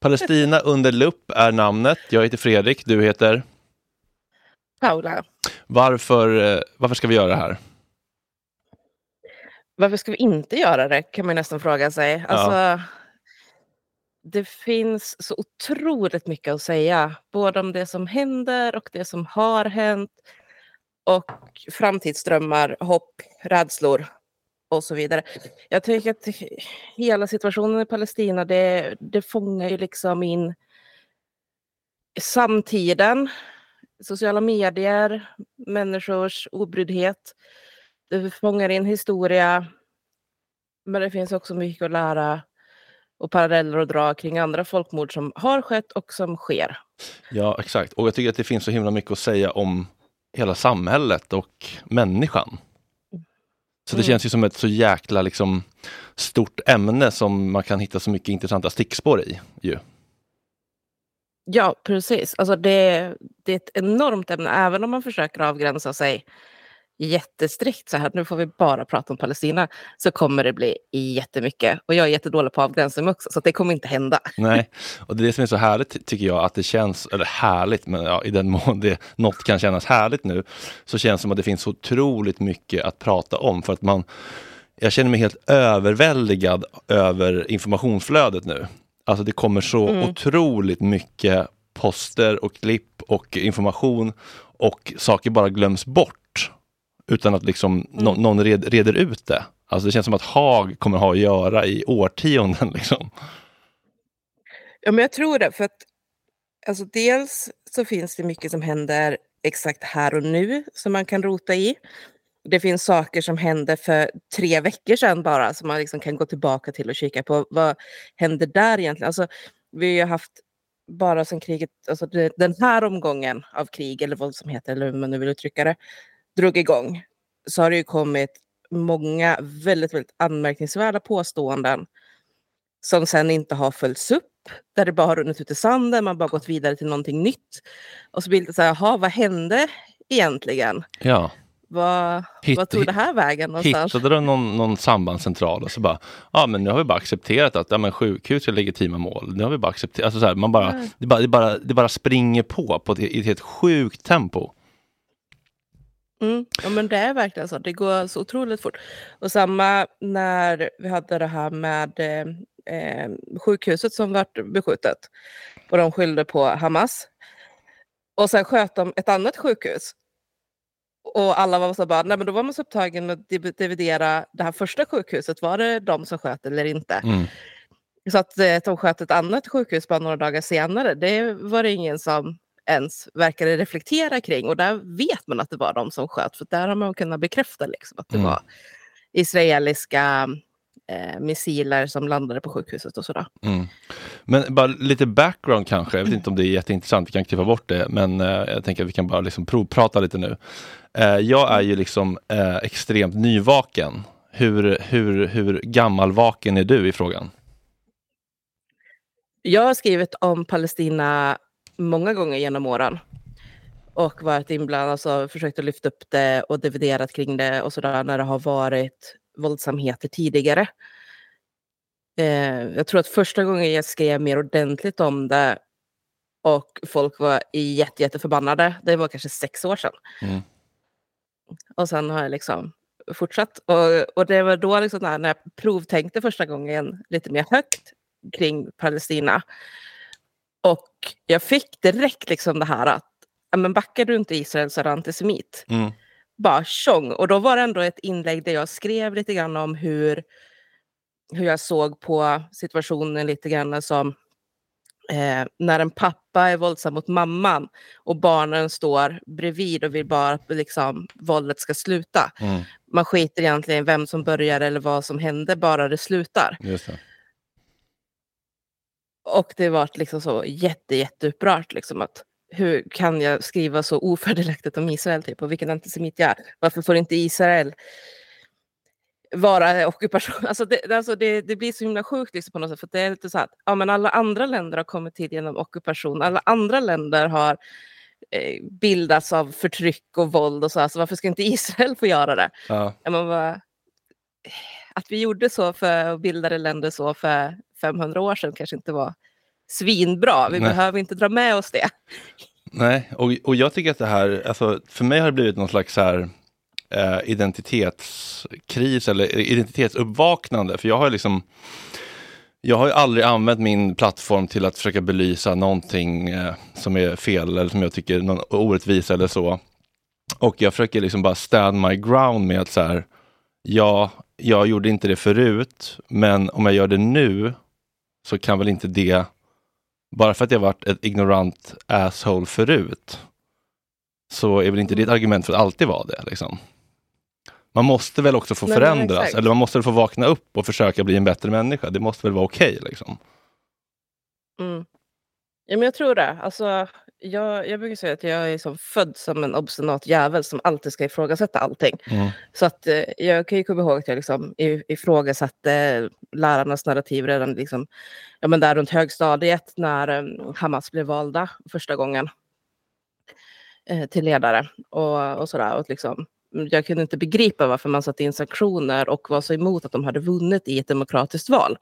Palestina under lupp är namnet. Jag heter Fredrik, du heter? Paula. Varför ska vi göra det här? Varför ska vi inte göra det, kan man nästan fråga sig. Alltså, det finns så otroligt mycket att säga. Både om det som händer och det som har hänt. Och framtidsdrömmar, hopp, rädslor och så vidare. Jag tänker att hela situationen i Palestina, det fångar ju liksom in samtiden, sociala medier, människors obryddhet. Det fångar in historia, men det finns också mycket att lära och paralleller att dra kring andra folkmord som har skett och som sker. Ja, exakt. Och jag tycker att det finns så himla mycket att säga om hela samhället och människan. Så det känns ju som ett så jäkla liksom stort ämne som man kan hitta så mycket intressanta stickspår i ju. Ja, precis. Alltså det är ett enormt ämne, även om man försöker avgränsa sig jättestrikt så här, nu får vi bara prata om Palestina, så kommer det bli jättemycket. Och jag är jättedålig på avgränsning också, så det kommer inte hända. Nej, och det är det som är så härligt tycker jag, att det känns, eller härligt, men ja, i den mån det något kan kännas härligt nu, så känns det som att det finns så otroligt mycket att prata om, för att jag känner mig helt överväldigad över informationsflödet nu. Alltså det kommer så otroligt mycket poster och klipp och information, och saker bara glöms bort utan att liksom någon reder ut det. Alltså det känns som att Haag kommer ha att göra i årtionden liksom. Ja, men jag tror det, för att alltså dels så finns det mycket som händer exakt här och nu som man kan rota i. Det finns saker som hände för 3 veckor sedan bara, som man liksom kan gå tillbaka till och kika på. Vad hände där egentligen? Alltså, vi har ju haft bara sedan kriget, alltså den här omgången av krig, eller vad som heter, eller hur man nu vill uttrycka det, drog igång, så har det ju kommit många väldigt, väldigt anmärkningsvärda påståenden som sen inte har följts upp, där det bara har runnit ut i sanden, man bara gått vidare till någonting nytt. Och så blir det så här, jaha, vad hände egentligen? Ja. Vad tog det här vägen någonstans? Hittade du någon sambandscentral och så bara, men nu har vi bara accepterat att sjukhus är legitima mål. Nu har vi bara accepterat, alltså så här, man bara, det bara springer på i ett helt sjukt tempo. Ja, men det är verkligen så. Det går så otroligt fort. Och samma när vi hade det här med sjukhuset som vart beskjutet. Och de skyllde på Hamas. Och sen sköt de ett annat sjukhus. Och alla var så bara, nej, men då var man så upptagen med att dividera det här första sjukhuset. Var det de som sköt eller inte? Så att de sköt ett annat sjukhus bara några dagar senare, det var det ingen som ens verkade reflektera kring. Och där vet man att det var de som sköt, för där har man kunnat bekräfta liksom, att det var israeliska missiler som landade på sjukhuset och sådär. Men bara lite background kanske, jag vet inte om det är jätteintressant, vi kan klippa bort det, men jag tänker att vi kan bara liksom provprata lite nu. Jag är ju liksom extremt nyvaken. Hur gammalvaken är du i frågan? Jag har skrivit om Palestina många gånger genom åren. Och varit inblandad, alltså försökt att lyfta upp det och dividerat kring det och sådär när det har varit våldsamheter tidigare. Jag tror att första gången jag skrev mer ordentligt om det och folk var jätteförbannade, det var kanske 6 år sedan. Och sen har jag liksom fortsatt. Och det var då liksom när jag provtänkte första gången lite mer högt kring Palestina. Och jag fick direkt liksom det här att, men backar du inte Israel så är du antisemit. Bara tjong. Och då var det ändå ett inlägg där jag skrev lite grann om hur jag såg på situationen lite grann som när en pappa är våldsam mot mamman och barnen står bredvid och vill bara att liksom, våldet ska sluta. Man skiter egentligen vem som börjar eller vad som händer, bara det slutar. Just det. Och det var liksom så jätteupprört liksom, att hur kan jag skriva så ofördelaktigt om Israel typ, och vilken antisemit jag är? Varför får inte Israel vara ockupation? Alltså det blir så himla sjukt liksom på något sätt, för det är lite så att men alla andra länder har kommit till genom ockupation. Alla andra länder har bildats av förtryck och våld och så. Alltså, varför ska inte Israel få göra det? Ja. Att vi gjorde så och bildade länder så för 500 år sedan kanske inte var svinbra. Vi behöver inte dra med oss det. Nej, och jag tycker att det här, alltså, för mig har det blivit någon slags så här, identitetskris eller identitetsuppvaknande. För jag har ju aldrig använt min plattform till att försöka belysa någonting som är fel eller som jag tycker är någon orättvisa eller så. Och jag försöker liksom bara stand my ground med att så här, ja, jag gjorde inte det förut, men om jag gör det nu så kan väl inte det, bara för att jag varit ett ignorant asshole förut, så är väl inte det ett argument för att alltid vara det liksom. Man måste väl också få förändras, eller man måste väl få vakna upp och försöka bli en bättre människa. Det måste väl vara okej, liksom. Ja, men jag tror det. Alltså, jag brukar säga att jag är som född som en obstinat jävel som alltid ska ifrågasätta allting. Så att jag kan ju komma ihåg att jag liksom ifrågasatte lärarnas narrativ redan liksom, ja, men där runt högstadiet när Hamas blev valda första gången till ledare och sådär. Och liksom, jag kunde inte begripa varför man satte in sanktioner och var så emot att de hade vunnit i ett demokratiskt val.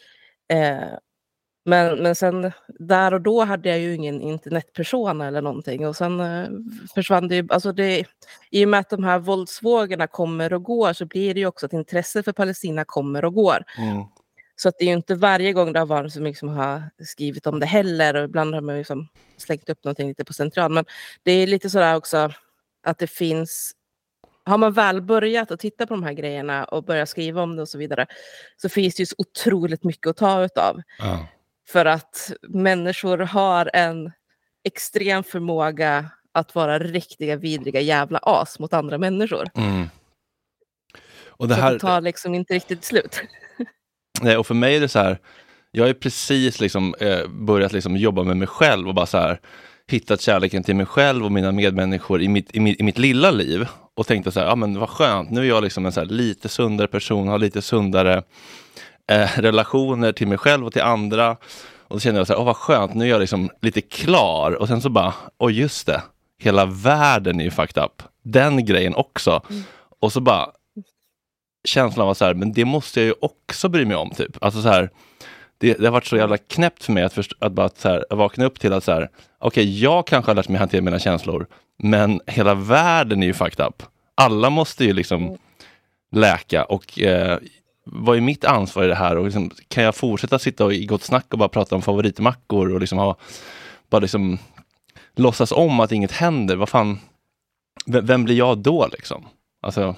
Men sen där och då hade jag ju ingen internetperson eller någonting. Och sen försvann det ju, alltså i och med att de här våldsvågorna kommer och går så blir det ju också att intresse för Palestina kommer och går. Så att det är ju inte varje gång det har varit så mycket som har skrivit om det heller. Och ibland har man ju liksom slängt upp någonting lite på central. Men det är lite sådär också att det finns, har man väl börjat att titta på de här grejerna och börja skriva om det och så vidare, så finns det ju så otroligt mycket att ta utav. För att människor har en extrem förmåga att vara riktiga vidriga jävla as mot andra människor. Och det här, så det tar liksom inte riktigt slut. Nej, och för mig är det så här, jag har ju precis liksom, börjat liksom jobba med mig själv och bara så här, hittat kärleken till mig själv och mina medmänniskor i mitt lilla liv. Och tänkte så här, ja men vad skönt, nu är jag liksom en så här lite sundare person, har lite sundare relationer till mig själv och till andra. Och då kände jag så här, vad skönt, nu är jag liksom lite klar. Och sen så bara, just det, hela världen är ju fucked up. Den grejen också. Och så bara, känslan var så här, men det måste jag ju också bry mig om typ. Alltså så här, det har varit så jävla knäppt för mig att bara så här, vakna upp till att så här, okej, jag kanske har lärt mig hantera mina känslor, men hela världen är ju fucked up. Alla måste ju liksom läka och vad är mitt ansvar i det här? Och liksom, kan jag fortsätta sitta i gott snack och bara prata om favoritmackor och liksom bara liksom låtsas om att inget händer? Vad fan, vem blir jag då liksom? Alltså.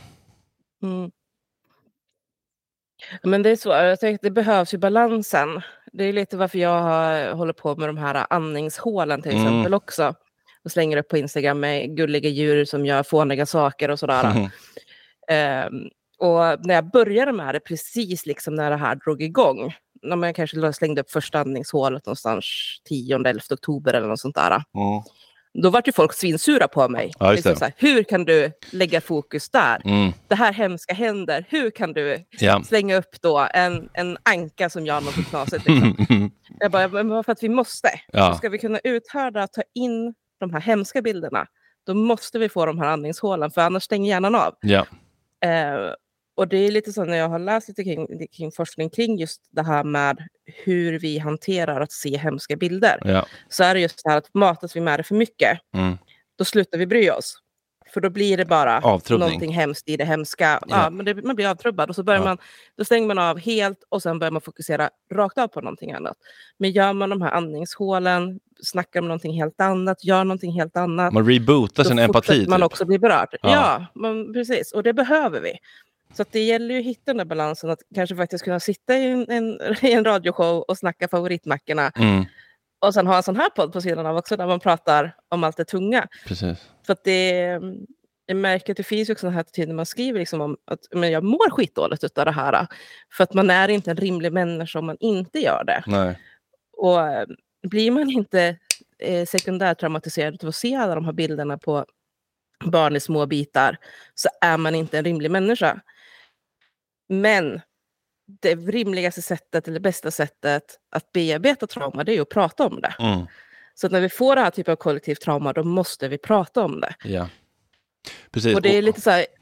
Men det är så, jag tänkte det behövs ju balansen. Det är lite varför jag håller på med de här andningshålen till exempel också. Och slänger upp på Instagram med gulliga djur som gör fåniga saker och sådär. Och när jag började med det, precis liksom när det här drog igång, när man kanske slängde upp första andningshålet någonstans 10-11 oktober eller något sånt där. Då var ju folk svinsura på mig. Ja, liksom så här, hur kan du lägga fokus där? Det här hemska händer. Hur kan du slänga upp då en anka som gör något knasigt? Liksom. Jag bara, men för att vi måste. Så ska vi kunna uthärda att ta in de här hemska bilderna, då måste vi få de här andningshålen, för annars stänger hjärnan av. Och det är lite så när jag har läst lite kring forskning kring just det här med hur vi hanterar att se hemska bilder. Så är det just det här att matas vi med det för mycket, då slutar vi bry oss. För då blir det bara någonting hemskt i det hemska. Men man blir avtrubbad och så börjar då stänger man av helt och sen börjar man fokusera rakt av på någonting annat. Men gör man de här andningshålen, snackar om någonting helt annat, gör någonting helt annat. Man rebootar sin empati. Man också blir berörd. Ja, precis. Och det behöver vi. Så att det gäller ju att hitta den där balansen, att kanske faktiskt kunna sitta i en radioshow och snacka favoritmackorna. Och sen ha en sån här podd på sidan av också, där man pratar om allt det tunga. Precis. För att jag märker att det finns ju också den här attityden när man skriver liksom om att men jag mår skitdåligt utav det här. För att man är inte en rimlig människa om man inte gör det. Nej. Och blir man inte sekundärt traumatiserad av att se alla de här bilderna på barn i små bitar, så är man inte en rimlig människa. Men det rimligaste sättet eller bästa sättet att bearbeta trauma, det är ju att prata om det. Så att när vi får det här typen av kollektivt trauma, då måste vi prata om det. Ja. Precis. Och det är lite så här,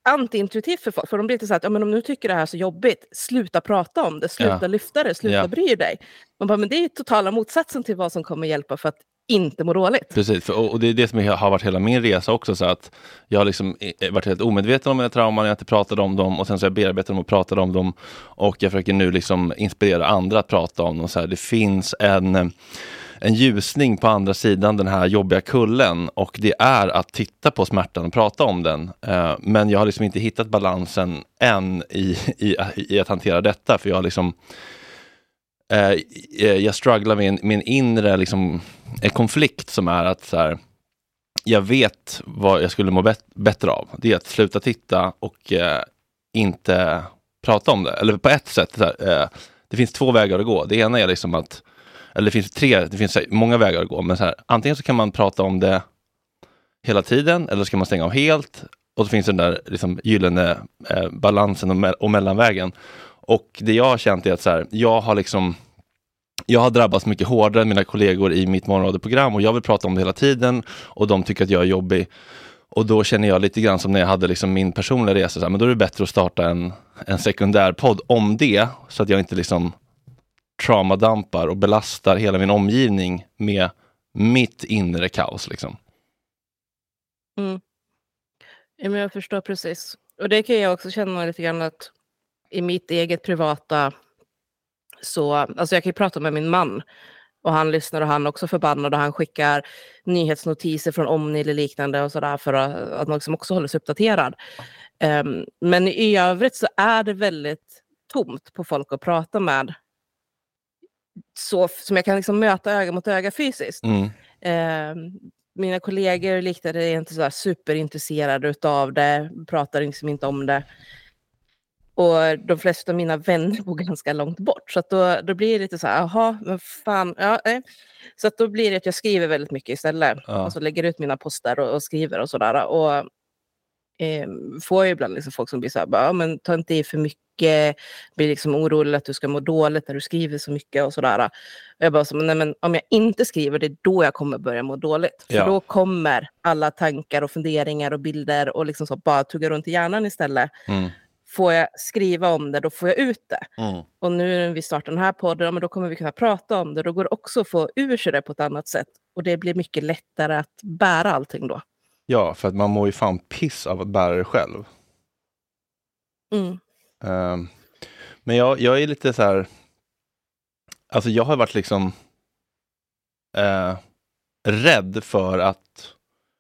antiintuitivt för folk. För de blir lite så att, ja, men om du tycker det här är så jobbigt, sluta prata om det, sluta lyfta det, sluta bry dig. Man bara, men det är ju totala motsatsen till vad som kommer hjälpa för att inte må dåligt. Precis, och det är det som har varit hela min resa också, så att jag har liksom varit helt omedveten om mina trauman, jag inte pratade om dem och sen så jag bearbetade dem och pratade om dem och jag försöker nu liksom inspirera andra att prata om dem. Så här, det finns en ljusning på andra sidan den här jobbiga kullen och det är att titta på smärtan och prata om den. Men jag har liksom inte hittat balansen än i att hantera detta, för jag har liksom jag strugglar med min inre liksom, en konflikt som är att så här, jag vet vad jag skulle må bättre av. Det är att sluta titta och inte prata om det. Eller på ett sätt, så här, det finns 2 vägar att gå. Det ena är liksom att, eller det finns många vägar att gå. Men så här, antingen så kan man prata om det hela tiden eller så kan man stänga av helt. Och så finns den där liksom, gyllene balansen och mellanvägen. Och det jag har känt är att så här, jag har drabbats mycket hårdare än mina kollegor i mitt morgonradioprogram och jag vill prata om det hela tiden och de tycker att jag är jobbig. Och då känner jag lite grann som när jag hade liksom min personliga resa, så här, men då är det bättre att starta en sekundärpodd om det så att jag inte liksom traumadampar och belastar hela min omgivning med mitt inre kaos liksom. Ja, men jag förstår precis. Och det kan jag också känna lite grann att i mitt eget privata så, alltså jag kan ju prata med min man och han lyssnar och han är också förbannad och han skickar nyhetsnotiser från Omni eller liknande och sådär för att man liksom också håller sig uppdaterad. Men i övrigt så är det väldigt tomt på folk att prata med så som jag kan liksom möta öga mot öga fysiskt. Mina kollegor liknande är inte så där superintresserade utav det, pratar liksom inte om det. Och de flesta av mina vänner bor ganska långt bort. Så att då blir det lite så här, jaha, men fan. Ja, så att då blir det att jag skriver väldigt mycket istället. Ja. Alltså lägger ut mina poster och skriver och sådär. Och får ju ibland liksom folk som blir så här, ja, men ta inte i för mycket. Blir liksom orolig att du ska må dåligt när du skriver så mycket och sådär. Och jag bara så, nej, men om jag inte skriver, det är då jag kommer börja må dåligt. För då kommer alla tankar och funderingar och bilder och liksom så bara tugga runt i hjärnan istället. Får jag skriva om det, då får jag ut det. Och nu när vi startar den här podden, men då kommer vi kunna prata om det. Då går det också att få ur sig det på ett annat sätt. Och det blir mycket lättare att bära allting då. Ja, för att man mår ju fan piss av att bära det själv. Men jag är lite så här, alltså jag har varit liksom rädd för att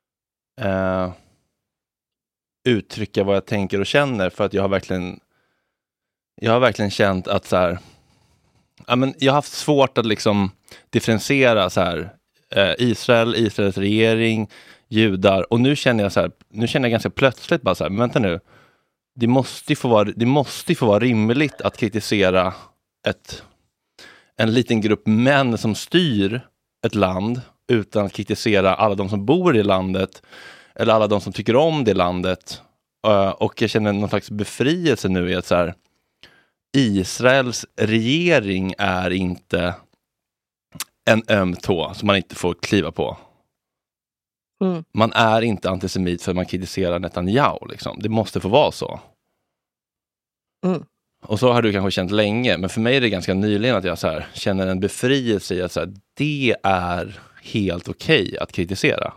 uttrycka vad jag tänker och känner, för att jag har verkligen känt att så här, ja, men jag har haft svårt att liksom differentiera så här, Israels regering, judar, och nu känner jag ganska plötsligt bara så här, men vänta nu, det måste få vara rimligt att kritisera en liten grupp män som styr ett land utan att kritisera alla de som bor i landet eller alla de som tycker om det landet. Och jag känner någon slags befrielse nu i att så här, Israels regering är inte en öm tå som man inte får kliva på. Man är inte antisemit för att man kritiserar Netanyahu. Liksom. Det måste få vara så. Och så har du kanske känt länge, men för mig är det ganska nyligen att jag så här, känner en befrielse i att så här, det är helt okej att kritisera.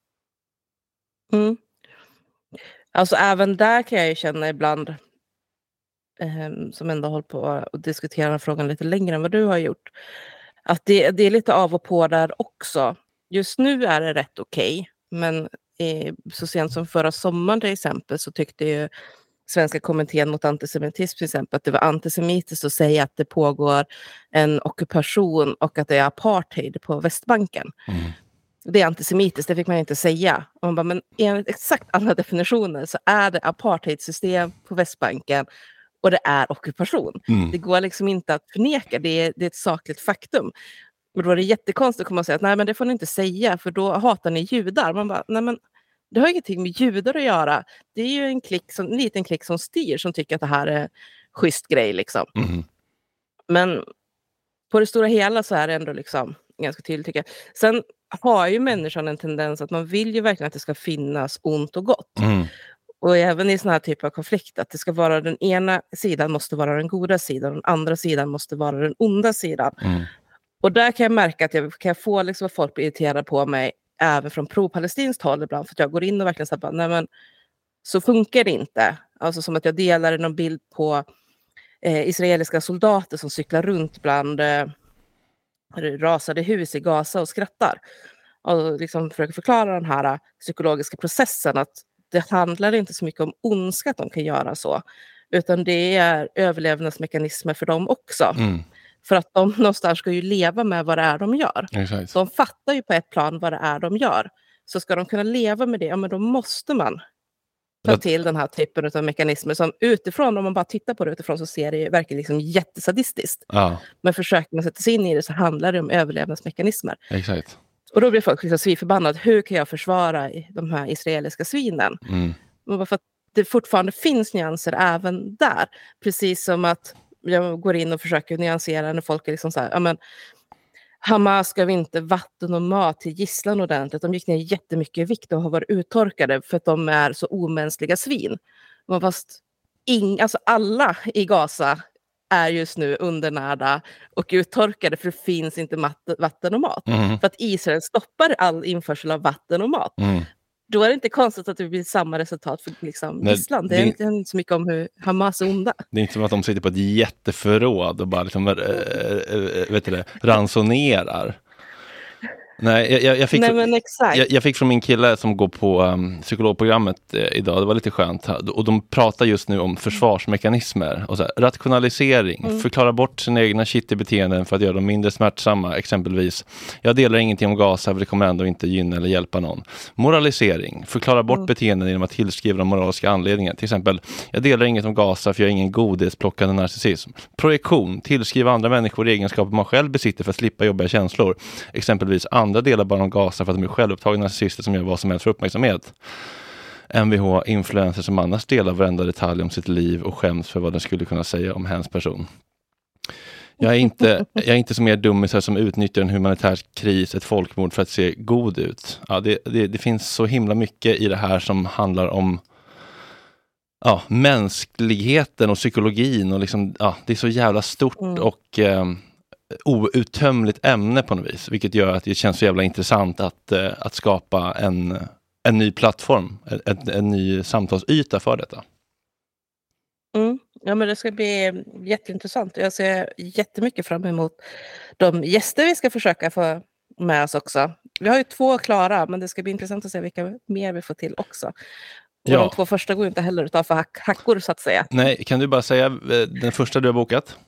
Alltså även där kan jag ju känna ibland som ändå håller på att diskutera den här frågan lite längre än vad du har gjort. Att det är lite av och på där också. Just nu är det rätt okej. Men så sent som förra sommaren till exempel så tyckte ju Svenska kommittén mot antisemitism till exempel att det var antisemitiskt att säga att det pågår en ockupation och att det är apartheid på Västbanken. Det är antisemitiskt, det fick man inte säga. Och man bara, men enligt exakt alla definitioner så är det apartheidsystem på Västbanken och det är ockupation. Det går liksom inte att förneka, det är ett sakligt faktum. Men då är det jättekonstigt att komma och säga att nej, men det får ni inte säga för då hatar ni judar. Man bara, nej men det har ingenting med judar att göra. Det är ju en liten klick som styr som tycker att det här är schysst grej liksom. Men på det stora hela så är det ändå liksom ganska tydligt tycker jag. Sen har ju människan en tendens att man vill ju verkligen att det ska finnas ont och gott. Och även i såna här typer av konflikter, att det ska vara den ena sidan måste vara den goda sidan, och den andra sidan måste vara den onda sidan. Och där kan jag märka att jag kan få liksom att folk blir irriterade på mig även från pro-palestinskt håll ibland, för att jag går in och verkligen säger nej men så funkar det inte. Alltså som att jag delar någon bild på israeliska soldater som cyklar runt bland rasade hus i Gaza och skrattar. Och liksom försöker förklara den här psykologiska processen, att det handlar inte så mycket om ondska att de kan göra så, utan det är överlevnadsmekanismer för dem också. För att de någonstans ska ju leva med vad det är de gör. Exakt. De fattar ju på ett plan vad det är de gör. Så ska de kunna leva med det, ja men då måste man ta till den här typen av mekanismer som utifrån, om man bara tittar på det utifrån, så ser det ju verkligen liksom jättesadistiskt. Men försöker man sätta sig in i det så handlar det om överlevnadsmekanismer. Exakt. Och då blir folk liksom svinförbannade. Hur kan jag försvara de här israeliska svinen? Men bara för att det fortfarande finns nyanser även där. Precis som att jag går in och försöker nyansera när folk är liksom så här, ja men Hamas gav inte vatten och mat till gisslan ordentligt. De gick ner jättemycket i vikt och har varit uttorkade för att de är så omänskliga svin. Men fast alltså alla i Gaza är just nu undernärda och uttorkade, för det finns inte vatten och mat. För att Israel stoppar all införsel av vatten och mat. Då är det inte konstigt att det blir samma resultat för liksom gisslan. Det är inte så mycket om hur Hamas är onda. Det är inte som att de sitter på ett jätteförråd och bara liksom, ransonerar. Nej, jag fick från min kille som går på psykologprogrammet idag, det var lite skönt, och de pratar just nu om försvarsmekanismer och så här, rationalisering, förklara bort sina egna beteenden för att göra dem mindre smärtsamma, exempelvis jag delar ingenting om Gaza för det kommer ändå inte gynna eller hjälpa någon. Moralisering, förklara bort beteenden genom att tillskriva de moraliska anledningar, till exempel jag delar inget om Gaza för jag är ingen godhetsplockande narcissism. Projektion, tillskriva andra människor egenskaper man själv besitter för att slippa jobbiga känslor, exempelvis andra delar bara om Gaza för att de är självupptagna narcissister som gör vad som helst för uppmärksamhet. MVH, influencer som annars delar varenda detalj om sitt liv och skäms för vad den skulle kunna säga om hens person. Jag är inte som er dummisar som utnyttjar en humanitär kris, ett folkmord för att se god ut. Ja, det finns så himla mycket i det här som handlar om mänskligheten och psykologin och liksom, det är så jävla stort och outtömligt ämne på något vis, vilket gör att det känns så jävla intressant att skapa en ny plattform, en ny samtalsyta för detta. Ja, men det ska bli jätteintressant. Jag ser jättemycket fram emot de gäster vi ska försöka få med oss också. Vi har ju 2 klara, men det ska bli intressant att se vilka mer vi får till också. Och de 2 första går inte heller att ta för hackor så att säga. Nej, kan du bara säga den första du har bokat?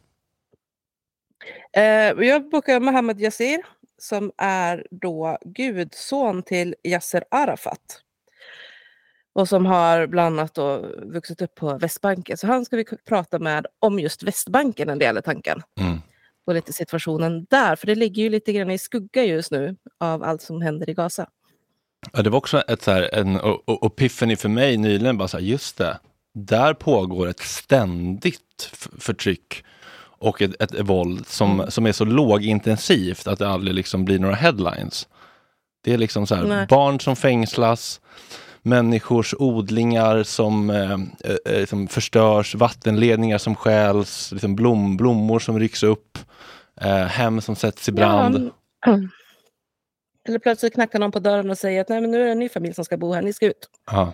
Jag bokar Mohammed Yassir som är då gudson till Yasser Arafat. Och som har bland annat då vuxit upp på Västbanken. Så han ska vi prata med om just Västbanken en del i tanken. Och lite situationen där. För det ligger ju lite grann i skugga just nu av allt som händer i Gaza. Ja, det var också en epiphany för mig nyligen. Bara så här, just det. Där pågår ett ständigt förtryck. Och ett våld som är så lågintensivt att det aldrig liksom blir några headlines. Det är liksom så här, barn som fängslas, människors odlingar som förstörs, vattenledningar som stjäls, liksom blommor som rycks upp, hem som sätts i brand. Eller plötsligt knackar någon på dörren och säger att nej, men nu är det en ny familj som ska bo här, ni ska ut. Ja,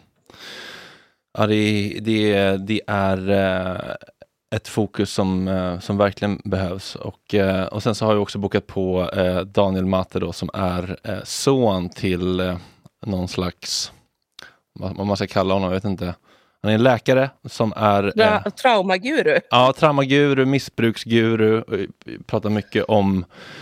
det är ett fokus som verkligen behövs. Och sen så har jag också bokat på Daniel Matte då, som är son till någon slags, vad man ska kalla honom, jag vet inte. Han är en läkare som är traumaguru. Ja, traumaguru, missbruksguru, pratar mycket om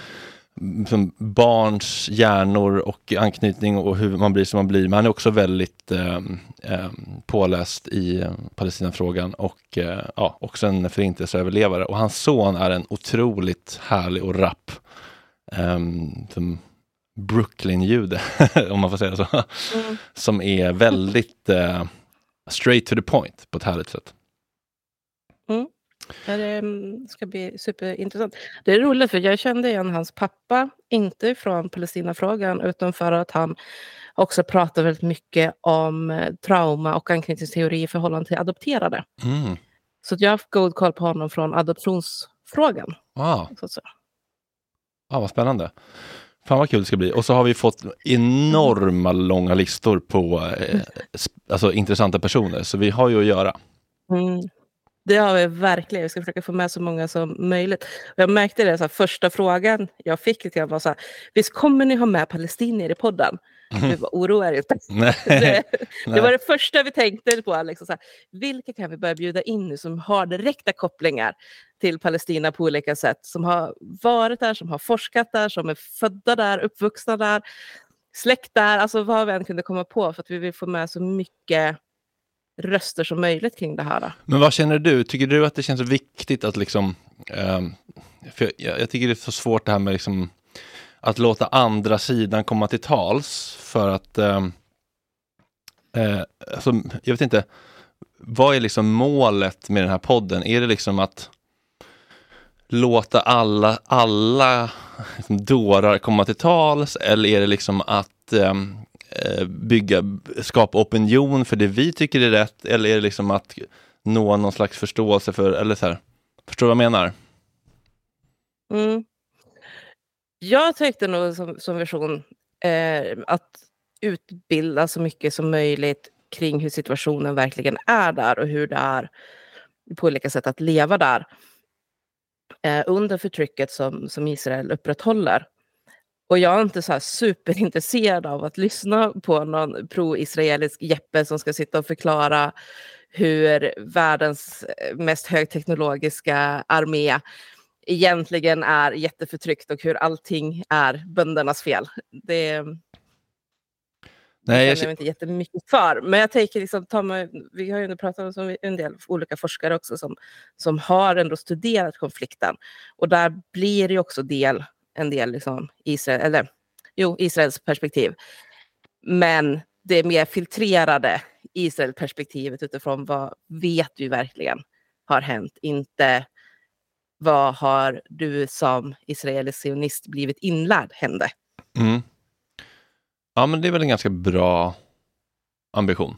barns hjärnor och anknytning och hur man blir som man blir. Men han är också väldigt påläst i Palestinafrågan och också en förintelseöverlevare. Och hans son är en otroligt härlig och rapp som Brooklyn-jude, om man får säga så. Som är väldigt straight to the point på ett härligt sätt. Det ska bli superintressant. Det är roligt för jag kände igen hans pappa, inte från Palestinafrågan utan för att han också pratar väldigt mycket om trauma och anknytningsteori i förhållande till adopterade. Mm. Så att jag har haft god koll på honom från adoptionsfrågan. Så att säga. Vad spännande. Fan vad kul det ska bli. Och så har vi fått enorma långa listor på alltså intressanta personer. Så vi har ju att göra. Det har vi verkligen. Vi ska försöka få med så många som möjligt. Och jag märkte det, så här, första frågan jag fick lite grann var så här: visst kommer ni ha med palestinier i podden? Vi var oroade inte. Det var det första vi tänkte på. Liksom, så här, vilka kan vi börja bjuda in nu som har direkta kopplingar till Palestina på olika sätt? Som har varit där, som har forskat där, som är födda där, uppvuxna där, släkt där. Alltså vad vi än kunde komma på, för att vi vill få med så mycket röster som möjligt kring det här. Men vad känner du? Tycker du att det känns viktigt att liksom... för jag tycker det är så svårt det här med liksom... att låta andra sidan komma till tals för att alltså, jag vet inte, vad är liksom målet med den här podden? Är det liksom att låta alla liksom, dårar komma till tals, eller är det liksom att skapa opinion för det vi tycker är rätt, eller är det liksom att nå någon slags förståelse för, eller så här, förstår du vad jag menar? Jag tyckte nog som vision att utbilda så mycket som möjligt kring hur situationen verkligen är där och hur det är på olika sätt att leva där under förtrycket som Israel upprätthåller. Och jag är inte så här superintresserad av att lyssna på någon pro-israelisk Jeppe som ska sitta och förklara hur världens mest högteknologiska armé egentligen är jätteförtryckt och hur allting är böndernas fel. Det känner jag inte jättemycket för. Men jag tänker liksom, vi har ju pratat om en del olika forskare också som har ändå studerat konflikten. Och där blir det ju också en del liksom Israels perspektiv. Men det är mer filtrerade Israel-perspektivet utifrån vad vet vi verkligen har hänt. Inte vad har du som israelisk sionist blivit inlärd hände. Ja, men det är väl en ganska bra ambition.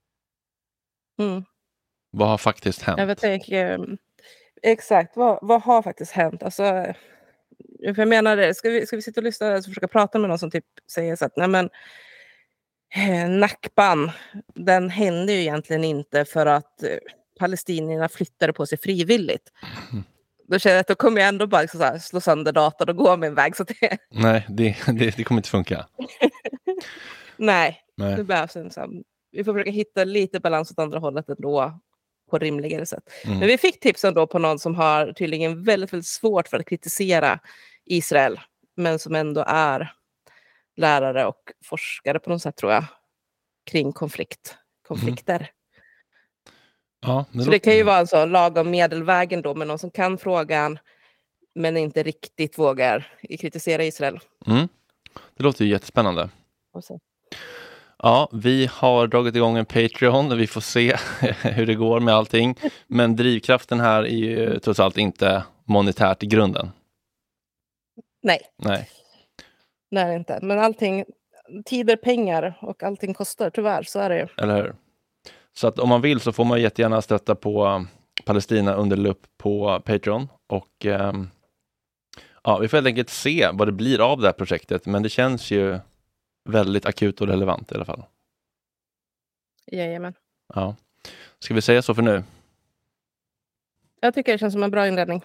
Vad har faktiskt hänt? Jag tänker, exakt, vad har faktiskt hänt? Alltså, för jag menar det, ska vi sitta och lyssna och försöka prata med någon som typ säger så att nej men Nakban, den hände ju egentligen inte för att palestinierna flyttade på sig frivilligt. Då känner jag att då kommer jag ändå bara så här, slå sönder datorn och gå min väg. Så det... Nej, det kommer inte funka. Nej. Det behövs vi får försöka hitta lite balans åt andra hållet ändå på rimligare sätt. Men vi fick tips ändå på någon som har tydligen väldigt, väldigt svårt för att kritisera Israel, men som ändå är lärare och forskare på något sätt, tror jag, kring konflikter. Ja, så det kan ju vara en sån lagom medelvägen då, med någon som kan frågan men inte riktigt vågar kritisera Israel. Det låter ju jättespännande. Ja, vi har dragit igång en Patreon. Vi får se hur det går med allting. Men drivkraften här är ju trots allt inte monetärt i grunden. Nej. Nej, inte. Men allting, tid är pengar och allting kostar, tyvärr, så är det ju. Eller hur? Så att om man vill så får man jättegärna stötta på Palestina under lupp på Patreon. Och ja, vi får helt enkelt se vad det blir av det här projektet. Men det känns ju väldigt akut och relevant i alla fall. Jajamän. Ja. Ska vi säga så för nu? Jag tycker det känns som en bra inledning.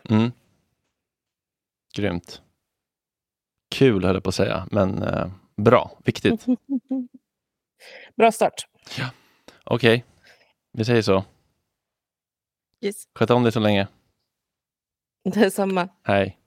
Grymt. Kul höll jag på att säga, men bra, viktigt. Bra start. Ja. Okej. Vi säger så. Yes. Sköt om dig så länge. Detsamma. Hej.